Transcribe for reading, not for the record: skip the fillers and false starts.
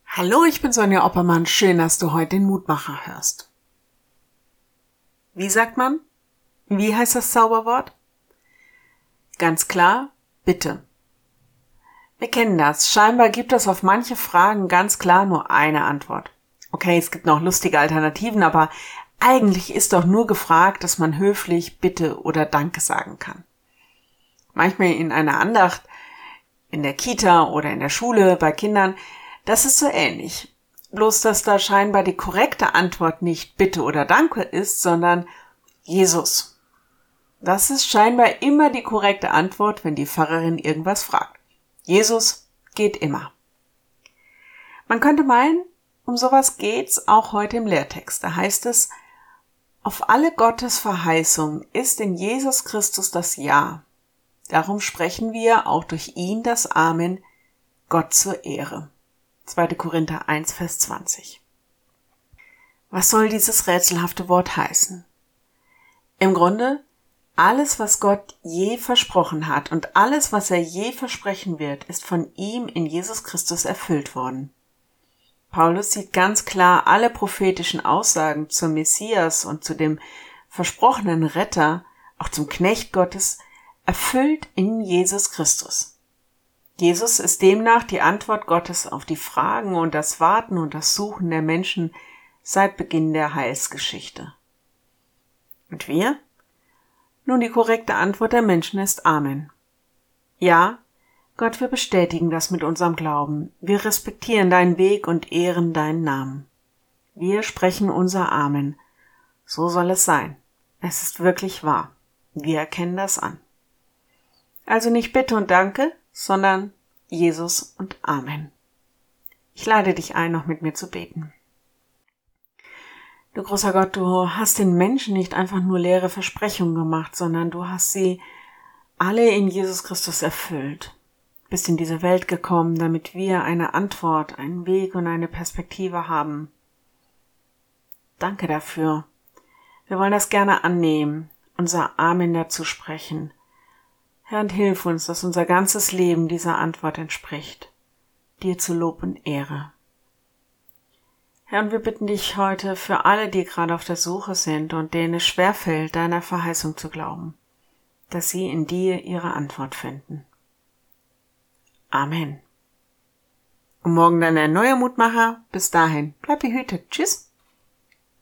Hallo, ich bin Sonja Oppermann. Schön, dass du heute den Mutmacher hörst. Wie sagt man? Wie heißt das Zauberwort? Ganz klar, bitte. Wir kennen das. Scheinbar gibt es auf manche Fragen ganz klar nur eine Antwort. Okay, es gibt noch lustige Alternativen, aber eigentlich ist doch nur gefragt, dass man höflich Bitte oder Danke sagen kann. Manchmal in einer Andacht, in der Kita oder in der Schule, bei Kindern, das ist so ähnlich. Bloß, dass da scheinbar die korrekte Antwort nicht Bitte oder Danke ist, sondern Jesus. Das ist scheinbar immer die korrekte Antwort, wenn die Pfarrerin irgendwas fragt. Jesus geht immer. Man könnte meinen, um sowas geht's auch heute im Lehrtext. Da heißt es, auf alle Gottes Verheißung ist in Jesus Christus das Ja. Darum sprechen wir auch durch ihn das Amen, Gott zur Ehre. 2. Korinther 1, Vers 20. Was soll dieses rätselhafte Wort heißen? Im Grunde, alles, was Gott je versprochen hat und alles, was er je versprechen wird, ist von ihm in Jesus Christus erfüllt worden. Paulus sieht ganz klar alle prophetischen Aussagen zum Messias und zu dem versprochenen Retter, auch zum Knecht Gottes, erfüllt in Jesus Christus. Jesus ist demnach die Antwort Gottes auf die Fragen und das Warten und das Suchen der Menschen seit Beginn der Heilsgeschichte. Und wir? Nun, die korrekte Antwort der Menschen ist Amen. Ja, Gott, wir bestätigen das mit unserem Glauben. Wir respektieren deinen Weg und ehren deinen Namen. Wir sprechen unser Amen. So soll es sein. Es ist wirklich wahr. Wir erkennen das an. Also nicht Bitte und Danke, sondern Jesus und Amen. Ich lade dich ein, noch mit mir zu beten. Du großer Gott, du hast den Menschen nicht einfach nur leere Versprechungen gemacht, sondern du hast sie alle in Jesus Christus erfüllt. Bist in diese Welt gekommen, damit wir eine Antwort, einen Weg und eine Perspektive haben. Danke dafür. Wir wollen das gerne annehmen, unser Amen dazu sprechen. Herr, und hilf uns, dass unser ganzes Leben dieser Antwort entspricht. Dir zu Lob und Ehre. Herr, und wir bitten dich heute für alle, die gerade auf der Suche sind und denen es schwerfällt, deiner Verheißung zu glauben, dass sie in dir ihre Antwort finden. Amen. Und morgen dann ein neuer Mutmacher. Bis dahin, bleib behütet. Tschüss.